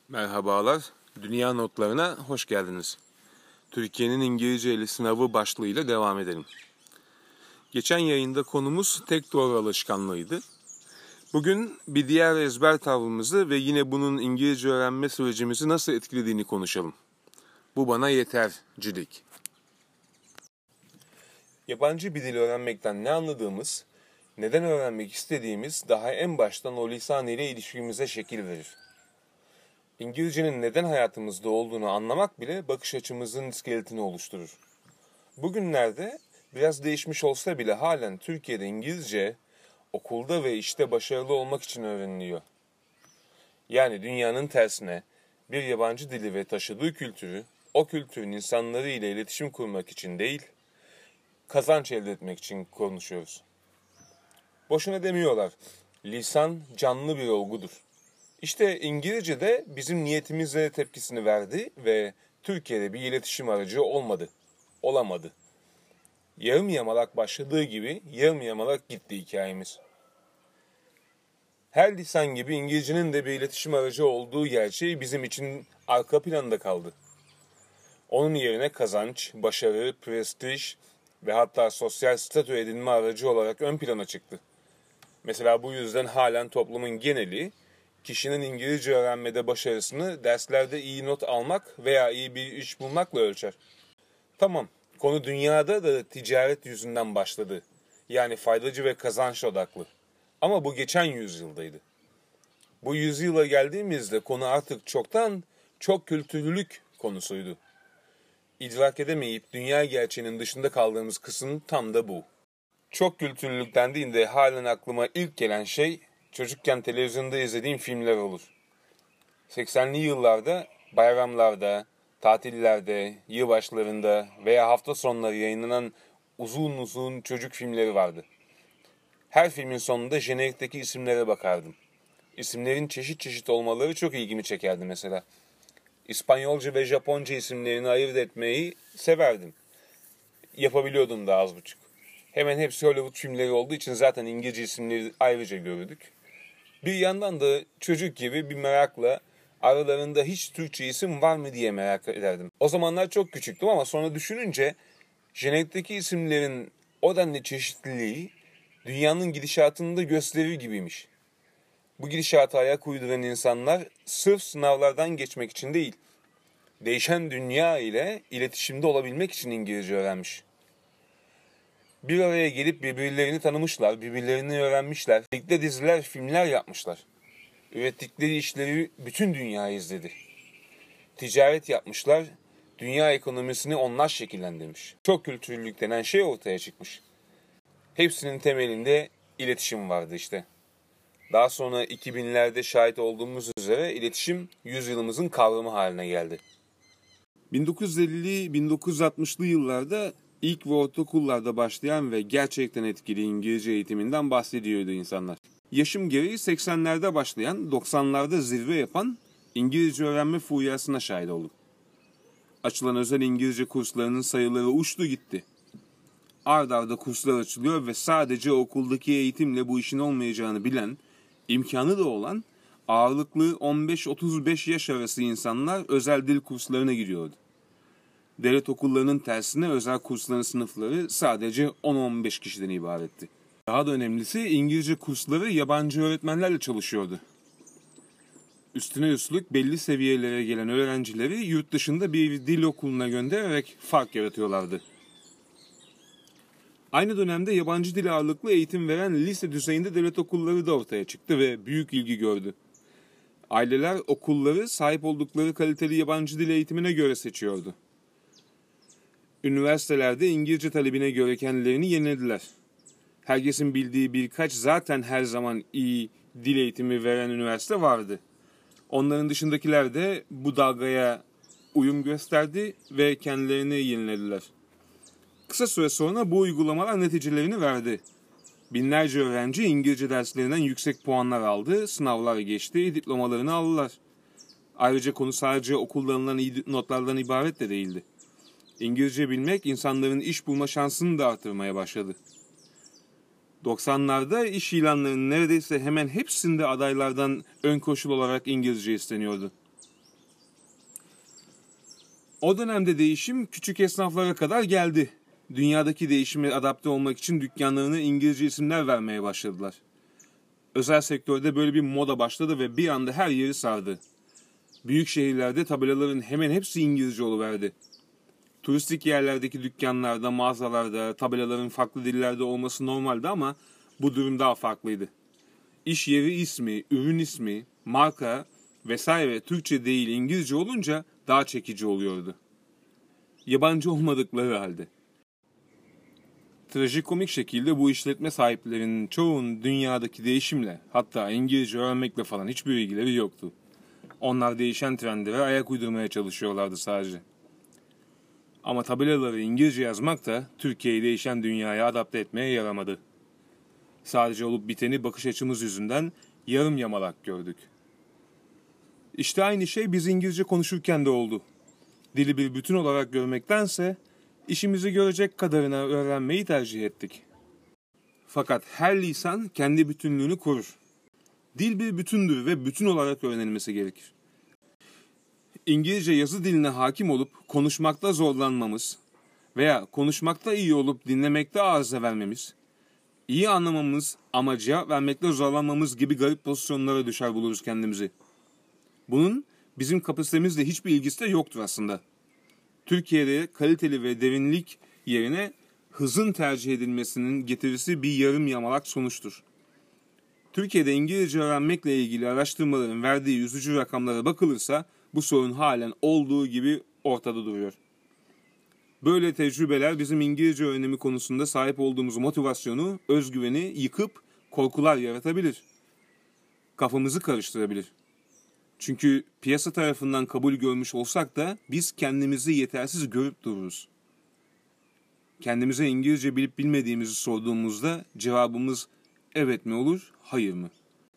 Merhabalar, Dünya Notlarına hoş geldiniz. Türkiye'nin İngilizce sınavı başlığıyla devam edelim. Geçen yayında konumuz tek doğru alışkanlığıydı. Bugün bir diğer ezber tavrımızı ve yine bunun İngilizce öğrenme sürecimizi nasıl etkilediğini konuşalım. Bu bana yetercilik. Yabancı bir dil öğrenmekten ne anladığımız, neden öğrenmek istediğimiz daha en baştan o lisan ile ilişkimize şekil verir. İngilizcenin neden hayatımızda olduğunu anlamak bile bakış açımızın iskeletini oluşturur. Bugünlerde biraz değişmiş olsa bile halen Türkiye'de İngilizce okulda ve işte başarılı olmak için öğreniliyor. Yani dünyanın tersine bir yabancı dili ve taşıdığı kültürü o kültürün insanları ile iletişim kurmak için değil, kazanç elde etmek için konuşuyoruz. Boşuna demiyorlar, lisan canlı bir olgudur. İşte İngilizce de bizim niyetimizle tepkisini verdi ve Türkiye'de bir iletişim aracı olamadı. Yarım yamalak başladığı gibi yarım yamalak gitti hikayemiz. Her lisan gibi İngilizcenin de bir iletişim aracı olduğu gerçeği bizim için arka planda kaldı. Onun yerine kazanç, başarı, prestij ve hatta sosyal statü edinme aracı olarak ön plana çıktı. Mesela bu yüzden halen toplumun geneli, kişinin İngilizce öğrenmede başarısını derslerde iyi not almak veya iyi bir iş bulmakla ölçer. Tamam, konu dünyada da ticaret yüzünden başladı. Yani faydacı ve kazanç odaklı. Ama bu geçen yüzyıldaydı. Bu yüzyıla geldiğimizde konu artık çoktan çok kültürlülük konusuydu. İdrak edemeyip dünya gerçeğinin dışında kaldığımız kısım tam da bu. Çok kültürlülük dendiğinde halen aklıma ilk gelen şey çocukken televizyonda izlediğim filmler olur. 80'li yıllarda bayramlarda, tatillerde, yılbaşlarında veya hafta sonları yayınlanan uzun uzun çocuk filmleri vardı. Her filmin sonunda jenerikteki isimlere bakardım. İsimlerin çeşit çeşit olmaları çok ilgimi çekerdi mesela. İspanyolca ve Japonca isimlerini ayırt etmeyi severdim. Yapabiliyordum da az buçuk. Hemen hepsi Hollywood filmleri olduğu için zaten İngilizce isimleri ayrıca gördük. Bir yandan da çocuk gibi bir merakla aralarında hiç Türkçe isim var mı diye merak ederdim. O zamanlar çok küçüktüm ama sonra düşününce jenerikteki isimlerin o denli çeşitliliği dünyanın gidişatını da gösterir gibiymiş. Bu gidişata ayak uyduran insanlar sırf sınavlardan geçmek için değil, değişen dünya ile iletişimde olabilmek için İngilizce öğrenmiş. Bir araya gelip birbirlerini tanımışlar, birbirlerini öğrenmişler. Birlikte diziler, filmler yapmışlar. Ürettikleri işleri bütün dünya izledi. Ticaret yapmışlar, dünya ekonomisini onlar şekillendirmiş. Çok kültürlülük denen şey ortaya çıkmış. Hepsinin temelinde iletişim vardı işte. Daha sonra 2000'lerde şahit olduğumuz üzere iletişim yüzyılımızın kavramı haline geldi. 1950-1960'lı yıllarda İlk ve ortaokullarda başlayan ve gerçekten etkili İngilizce eğitiminden bahsediyordu insanlar. Yaşım gereği 80'lerde başlayan, 90'larda zirve yapan İngilizce öğrenme furyasına şahit olduk. Açılan özel İngilizce kurslarının sayıları uçtu gitti. Ard arda kurslar açılıyor ve sadece okuldaki eğitimle bu işin olmayacağını bilen, imkanı da olan, ağırlıklı 15-35 yaş arası insanlar özel dil kurslarına gidiyordu. Devlet okullarının tersine özel kursların sınıfları sadece 10-15 kişiden ibaretti. Daha da önemlisi İngilizce kursları yabancı öğretmenlerle çalışıyordu. Üstüne üstlük belli seviyelere gelen öğrencileri yurt dışında bir dil okuluna göndererek fark yaratıyorlardı. Aynı dönemde yabancı dil ağırlıklı eğitim veren lise düzeyinde devlet okulları da ortaya çıktı ve büyük ilgi gördü. Aileler okulları sahip oldukları kaliteli yabancı dil eğitimine göre seçiyordu. Üniversitelerde İngilizce talebine göre kendilerini yenilediler. Herkesin bildiği birkaç zaten her zaman iyi dil eğitimi veren üniversite vardı. Onların dışındakiler de bu dalgaya uyum gösterdi ve kendilerini yenilediler. Kısa süre sonra bu uygulamalar neticelerini verdi. Binlerce öğrenci İngilizce derslerinden yüksek puanlar aldı, sınavlar geçti, diplomalarını aldılar. Ayrıca konu sadece okulda alınan iyi notlardan ibaret de değildi. İngilizce bilmek insanların iş bulma şansını da artırmaya başladı. 90'larda iş ilanlarının neredeyse hemen hepsinde adaylardan ön koşul olarak İngilizce isteniyordu. O dönemde değişim küçük esnaflara kadar geldi. Dünyadaki değişime adapte olmak için dükkanlarına İngilizce isimler vermeye başladılar. Özel sektörde böyle bir moda başladı ve bir anda her yeri sardı. Büyük şehirlerde tabelaların hemen hepsi İngilizce oluverdi. Turistik yerlerdeki dükkanlarda, mağazalarda tabelaların farklı dillerde olması normaldi ama bu durum daha farklıydı. İş yeri ismi, ürün ismi, marka vesaire Türkçe değil İngilizce olunca daha çekici oluyordu. Yabancı olmadıkları halde. Trajikomik şekilde bu işletme sahiplerinin çoğunun dünyadaki değişimle, hatta İngilizce öğrenmekle falan hiçbir ilgileri yoktu. Onlar değişen trendlere ayak uydurmaya çalışıyorlardı sadece. Ama tabelaları İngilizce yazmak da Türkiye'yi değişen dünyaya adapte etmeye yaramadı. Sadece olup biteni bakış açımız yüzünden yarım yamalak gördük. İşte aynı şey biz İngilizce konuşurken de oldu. Dili bir bütün olarak görmektense işimizi görecek kadarına öğrenmeyi tercih ettik. Fakat her lisan kendi bütünlüğünü korur. Dil bir bütündür ve bütün olarak öğrenilmesi gerekir. İngilizce yazı diline hakim olup konuşmakta zorlanmamız veya konuşmakta iyi olup dinlemekte arıza vermemiz, iyi anlamamız ama cevap vermekte zorlanmamız gibi garip pozisyonlara düşer buluruz kendimizi. Bunun bizim kapasitemizle hiçbir ilgisi de yoktur aslında. Türkiye'de kaliteli ve derinlik yerine hızın tercih edilmesinin getirisi bir yarım yamalak sonuçtur. Türkiye'de İngilizce öğrenmekle ilgili araştırmaların verdiği üzücü rakamlara bakılırsa bu sorun halen olduğu gibi ortada duruyor. Böyle tecrübeler bizim İngilizce öğrenimi konusunda sahip olduğumuz motivasyonu, özgüveni yıkıp korkular yaratabilir. Kafamızı karıştırabilir. Çünkü piyasa tarafından kabul görmüş olsak da biz kendimizi yetersiz görüp dururuz. Kendimize İngilizce bilip bilmediğimizi sorduğumuzda cevabımız evet mi olur, hayır mı?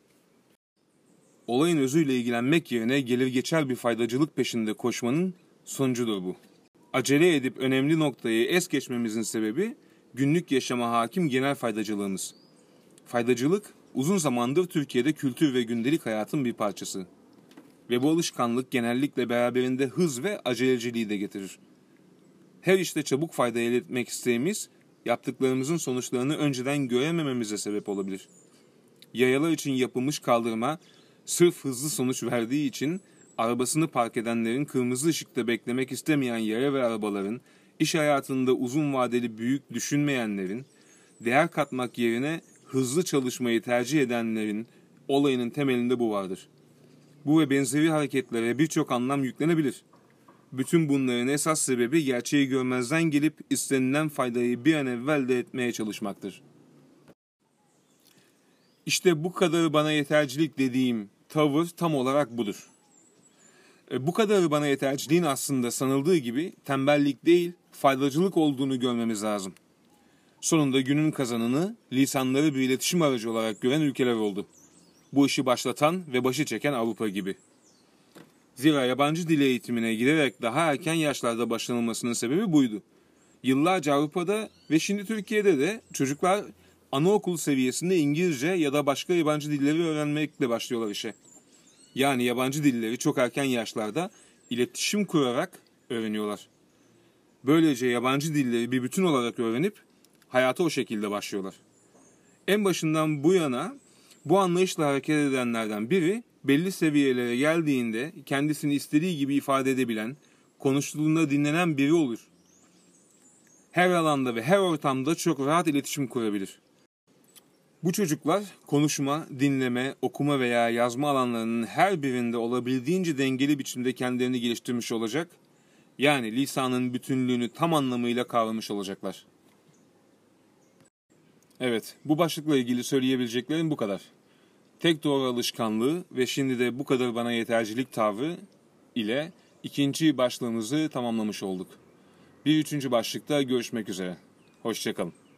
Olayın özüyle ilgilenmek yerine gelir geçer bir faydacılık peşinde koşmanın sonucudur bu. Acele edip önemli noktayı es geçmemizin sebebi günlük yaşama hakim genel faydacılığımız. Faydacılık uzun zamandır Türkiye'de kültür ve gündelik hayatın bir parçası. Ve bu alışkanlık genellikle beraberinde hız ve aceleciliği de getirir. Her işte çabuk fayda elde etmek isteğimiz, yaptıklarımızın sonuçlarını önceden göremememize sebep olabilir. Yayalar için yapılmış kaldırma, sırf hızlı sonuç verdiği için arabasını park edenlerin, kırmızı ışıkta beklemek istemeyen yaya ve arabaların, iş hayatında uzun vadeli büyük düşünmeyenlerin, değer katmak yerine hızlı çalışmayı tercih edenlerin olayının temelinde bu vardır. Bu ve benzeri hareketlere birçok anlam yüklenebilir. Bütün bunların esas sebebi gerçeği görmezden gelip istenilen faydayı bir an evvel de etmeye çalışmaktır. İşte bu kadarı bana yetercilik dediğim tavır tam olarak budur. Bu kadarı bana yeterciliğin aslında sanıldığı gibi tembellik değil, faydacılık olduğunu görmemiz lazım. Sonunda günün kazanını lisanları bir iletişim aracı olarak gören ülkeler oldu. Bu işi başlatan ve başı çeken Avrupa gibi. Zira yabancı dil eğitimine giderek daha erken yaşlarda başlanılmasının sebebi buydu. Yıllarca Avrupa'da ve şimdi Türkiye'de de çocuklar anaokul seviyesinde İngilizce ya da başka yabancı dilleri öğrenmekle başlıyorlar işe. Yani yabancı dilleri çok erken yaşlarda iletişim kurarak öğreniyorlar. Böylece yabancı dilleri bir bütün olarak öğrenip hayata o şekilde başlıyorlar. En başından bu yana bu anlayışla hareket edenlerden biri belli seviyelere geldiğinde kendisini istediği gibi ifade edebilen, konuştuğunda dinlenen biri olur. Her alanda ve her ortamda çok rahat iletişim kurabilir. Bu çocuklar konuşma, dinleme, okuma veya yazma alanlarının her birinde olabildiğince dengeli biçimde kendilerini geliştirmiş olacak, yani lisanın bütünlüğünü tam anlamıyla kavramış olacaklar. Evet, bu başlıkla ilgili söyleyebileceklerim bu kadar. Tek doğru alışkanlığı ve şimdi de bu kadar bana yetercilik tavrı ile ikinci başlığımızı tamamlamış olduk. Bir üçüncü başlıkta görüşmek üzere. Hoşça kalın.